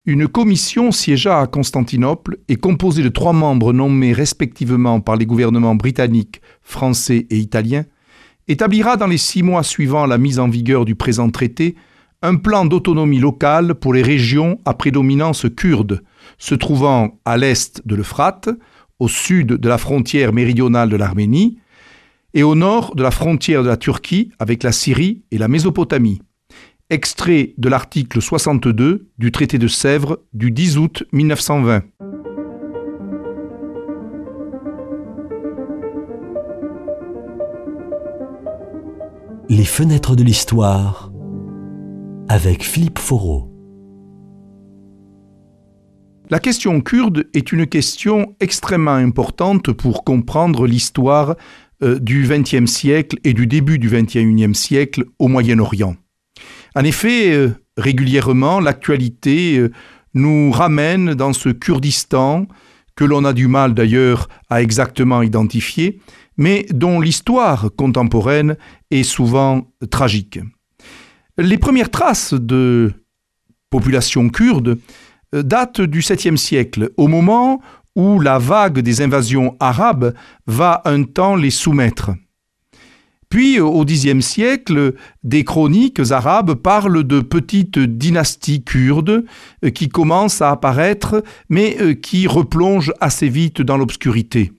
Une commission siégea à Constantinople et composée de 3 membres nommés respectivement par les gouvernements britanniques, français et italien, établira dans les 6 mois suivant la mise en vigueur du présent traité un plan d'autonomie locale pour les régions à prédominance kurde, se trouvant à l'est de l'Euphrate, au sud de la frontière méridionale de l'Arménie et au nord de la frontière de la Turquie avec la Syrie et la Mésopotamie. Extrait de l'article 62 du traité de Sèvres du 10 août 1920. Les fenêtres de l'histoire avec Philippe Foreau. La question kurde est une question extrêmement importante pour comprendre l'histoire du XXe siècle et du début du XXIe siècle au Moyen-Orient. En effet, régulièrement, l'actualité nous ramène dans ce Kurdistan que l'on a du mal d'ailleurs à exactement identifier, mais dont l'histoire contemporaine est souvent tragique. Les premières traces de population kurde datent du 7e siècle, au moment où la vague des invasions arabes va un temps les soumettre. Puis, au Xe siècle, des chroniques arabes parlent de petites dynasties kurdes qui commencent à apparaître, mais qui replongent assez vite dans l'obscurité.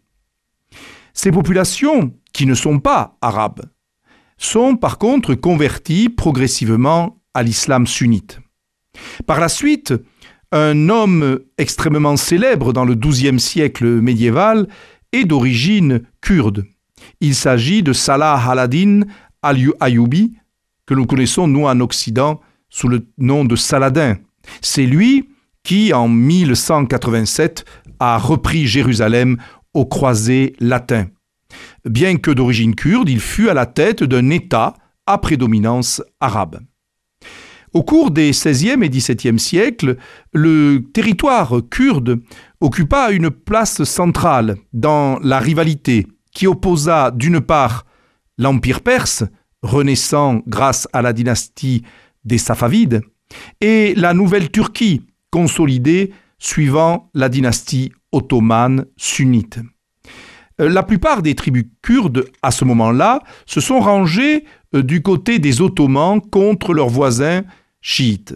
Ces populations, qui ne sont pas arabes, sont par contre converties progressivement à l'islam sunnite. Par la suite, un homme extrêmement célèbre dans le XIIe siècle médiéval est d'origine kurde. Il s'agit de Salah al-Din al-Ayyubi, que nous connaissons nous en Occident sous le nom de Saladin. C'est lui qui, en 1187, a repris Jérusalem aux croisés latins. Bien que d'origine kurde, il fut à la tête d'un État à prédominance arabe. Au cours des XVIe et XVIIe siècles, le territoire kurde occupa une place centrale dans la rivalité qui opposa d'une part l'Empire perse, renaissant grâce à la dynastie des Safavides, et la nouvelle Turquie, consolidée suivant la dynastie ottomane sunnite. La plupart des tribus kurdes, à ce moment-là, se sont rangées du côté des Ottomans contre leurs voisins chiites.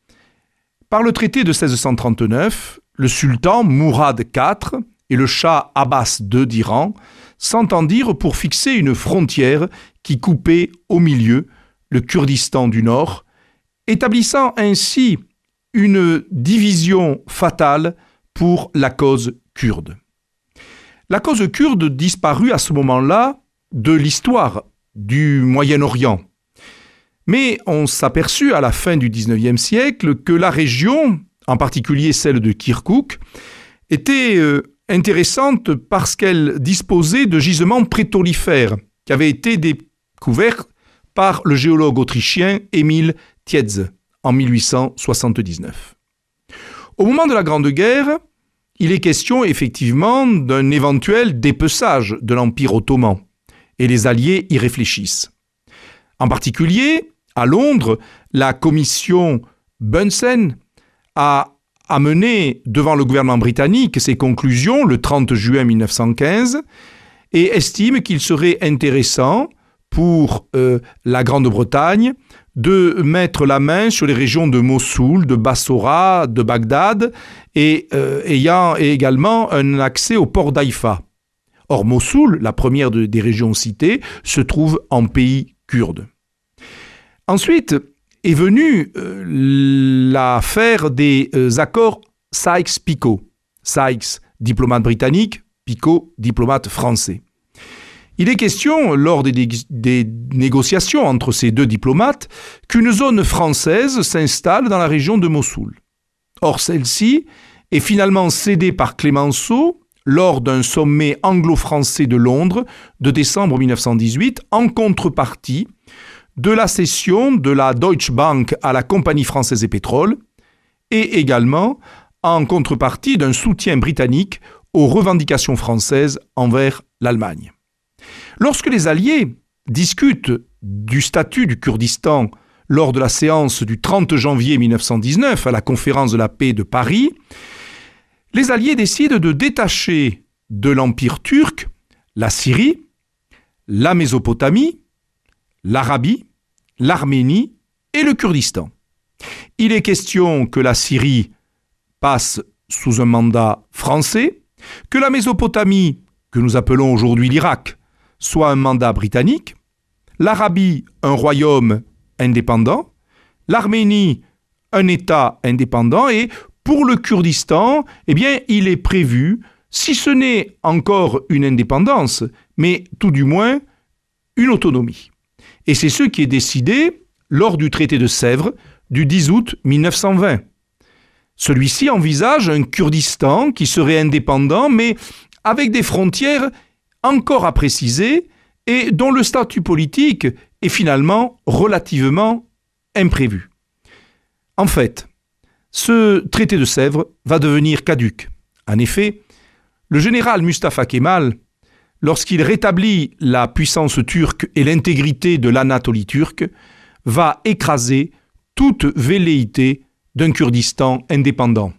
Par le traité de 1639, le sultan Mourad IV et le shah Abbas II d'Iran s'entendirent pour fixer une frontière qui coupait au milieu le Kurdistan du Nord, établissant ainsi une division fatale pour la cause kurde. La cause kurde disparut à ce moment-là de l'histoire du Moyen-Orient. Mais on s'aperçut à la fin du XIXe siècle que la région, en particulier celle de Kirkouk, était intéressante parce qu'elle disposait de gisements prétolifères qui avaient été découverts par le géologue autrichien Emil Tietze en 1879. Au moment de la Grande Guerre, il est question effectivement d'un éventuel dépeçage de l'Empire ottoman, et les Alliés y réfléchissent. En particulier, à Londres, la commission Bunsen a amené devant le gouvernement britannique ses conclusions le 30 juin 1915 et estime qu'il serait intéressant pour la Grande-Bretagne de mettre la main sur les régions de Mossoul, de Bassora, de Bagdad et ayant également un accès au port d'Haïfa. Or, Mossoul, la première des régions citées, se trouve en pays kurde. Ensuite est venue l'affaire des accords Sykes-Picot. Sykes, diplomate britannique, Picot, diplomate français. Il est question, lors des négociations entre ces deux diplomates, qu'une zone française s'installe dans la région de Mossoul. Or, celle-ci est finalement cédée par Clémenceau lors d'un sommet anglo-français de Londres de décembre 1918 en contrepartie de la cession de la Deutsche Bank à la Compagnie française des pétroles et également en contrepartie d'un soutien britannique aux revendications françaises envers l'Allemagne. Lorsque les Alliés discutent du statut du Kurdistan lors de la séance du 30 janvier 1919 à la conférence de la paix de Paris, les Alliés décident de détacher de l'Empire turc la Syrie, la Mésopotamie, l'Arabie, l'Arménie et le Kurdistan. Il est question que la Syrie passe sous un mandat français, que la Mésopotamie, que nous appelons aujourd'hui l'Irak, soit un mandat britannique, l'Arabie un royaume indépendant, l'Arménie un État indépendant et pour le Kurdistan, eh bien, il est prévu, si ce n'est encore une indépendance, mais tout du moins une autonomie. Et c'est ce qui est décidé lors du traité de Sèvres du 10 août 1920. Celui-ci envisage un Kurdistan qui serait indépendant, mais avec des frontières encore à préciser et dont le statut politique est finalement relativement imprévu. En fait, ce traité de Sèvres va devenir caduc. En effet, le général Mustafa Kemal, lorsqu'il rétablit la puissance turque et l'intégrité de l'Anatolie turque, va écraser toute velléité d'un Kurdistan indépendant.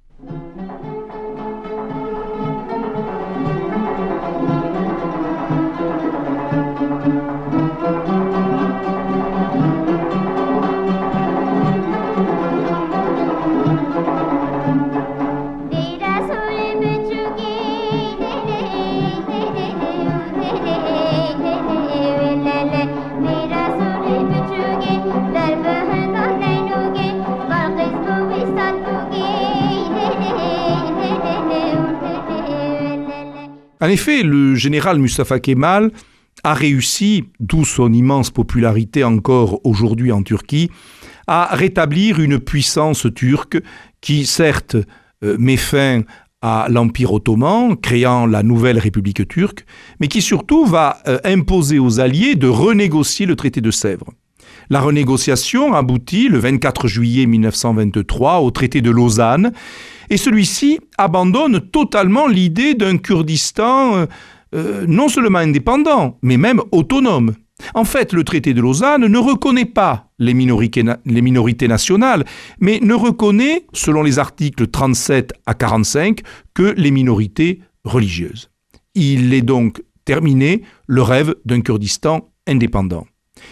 En effet, le général Mustafa Kemal a réussi, d'où son immense popularité encore aujourd'hui en Turquie, à rétablir une puissance turque qui, certes, met fin à l'Empire ottoman, créant la nouvelle République turque, mais qui surtout va imposer aux Alliés de renégocier le traité de Sèvres. La renégociation aboutit le 24 juillet 1923 au traité de Lausanne, et celui-ci abandonne totalement l'idée d'un Kurdistan non seulement indépendant, mais même autonome. En fait, le traité de Lausanne ne reconnaît pas les minorités nationales, mais ne reconnaît, selon les articles 37 à 45, que les minorités religieuses. Il est donc terminé le rêve d'un Kurdistan indépendant.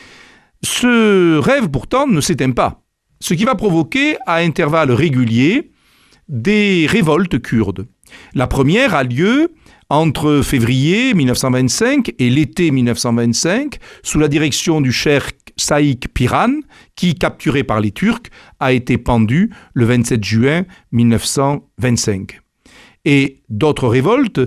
Ce rêve, pourtant, ne s'éteint pas, ce qui va provoquer à intervalles réguliers des révoltes kurdes. La première a lieu entre février 1925 et l'été 1925, sous la direction du cheikh Saïk Piran, qui, capturé par les Turcs, a été pendu le 27 juin 1925. Et d'autres révoltes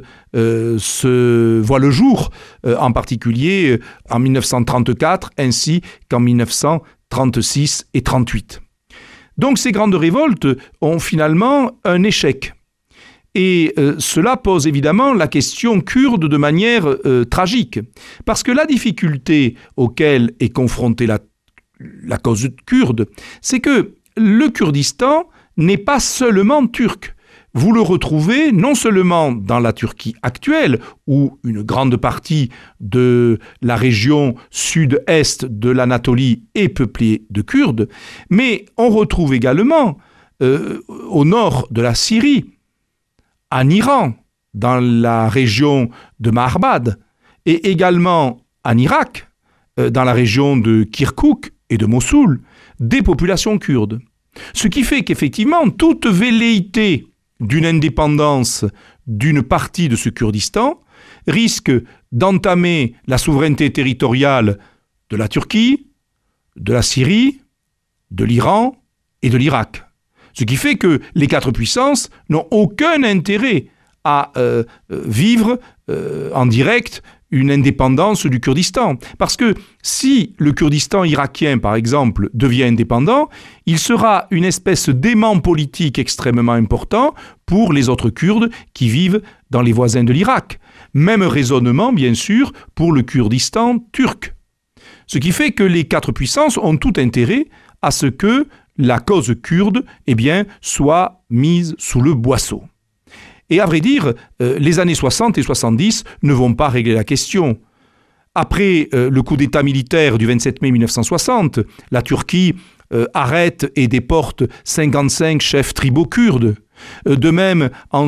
se voient le jour, en particulier en 1934 ainsi qu'en 1936 et 1938. Donc ces grandes révoltes ont finalement un échec. Et cela pose évidemment la question kurde de manière tragique. Parce que la difficulté auquel est confrontée la cause kurde, c'est que le Kurdistan n'est pas seulement turc. Vous le retrouvez non seulement dans la Turquie actuelle, où une grande partie de la région sud-est de l'Anatolie est peuplée de Kurdes, mais on retrouve également au nord de la Syrie, en Iran, dans la région de Maharbad, et également en Irak, dans la région de Kirkouk et de Mossoul, des populations kurdes. Ce qui fait qu'effectivement, toute velléité d'une indépendance d'une partie de ce Kurdistan risque d'entamer la souveraineté territoriale de la Turquie, de la Syrie, de l'Iran et de l'Irak. Ce qui fait que les quatre puissances n'ont aucun intérêt à vivre en direct une indépendance du Kurdistan. Parce que si le Kurdistan irakien, par exemple, devient indépendant, il sera une espèce d'aimant politique extrêmement important pour les autres Kurdes qui vivent dans les voisins de l'Irak. Même raisonnement, bien sûr, pour le Kurdistan turc. Ce qui fait que les quatre puissances ont tout intérêt à ce que la cause kurde, soit mise sous le boisseau. Et à vrai dire, les années 60 et 70 ne vont pas régler la question. Après le coup d'État militaire du 27 mai 1960, la Turquie arrête et déporte 55 chefs tribaux kurdes. De même, en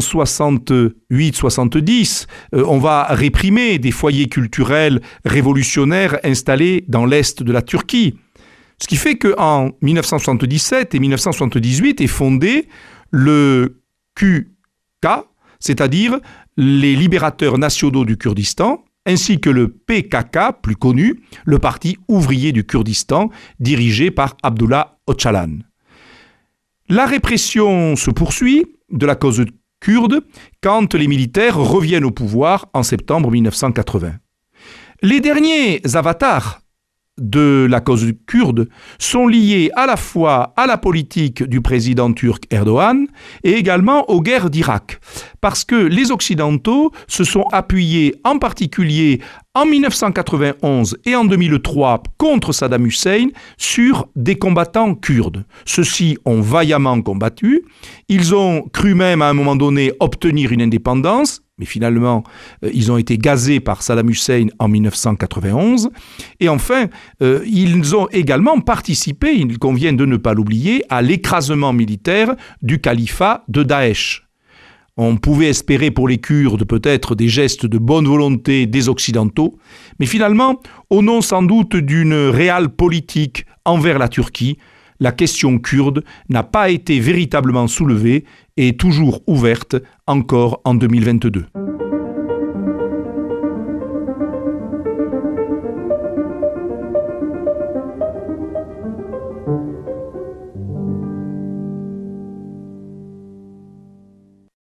68-70, on va réprimer des foyers culturels révolutionnaires installés dans l'est de la Turquie. Ce qui fait qu'en 1977 et 1978 est fondé le QK, c'est-à-dire les libérateurs nationaux du Kurdistan, ainsi que le PKK, plus connu, le Parti ouvrier du Kurdistan, dirigé par Abdullah Öcalan. La répression se poursuit de la cause kurde quand les militaires reviennent au pouvoir en septembre 1980. Les derniers avatars de la cause kurde sont liés à la fois à la politique du président turc Erdogan et également aux guerres d'Irak, parce que les Occidentaux se sont appuyés en particulier en 1991 et en 2003 contre Saddam Hussein sur des combattants kurdes. Ceux-ci ont vaillamment combattu, ils ont cru même à un moment donné obtenir une indépendance, mais finalement, ils ont été gazés par Saddam Hussein en 1991. Et enfin, ils ont également participé, il convient de ne pas l'oublier, à l'écrasement militaire du califat de Daesh. On pouvait espérer pour les Kurdes peut-être des gestes de bonne volonté des Occidentaux, mais finalement, au nom sans doute d'une réelle politique envers la Turquie, la question kurde n'a pas été véritablement soulevée et est toujours ouverte encore en 2022.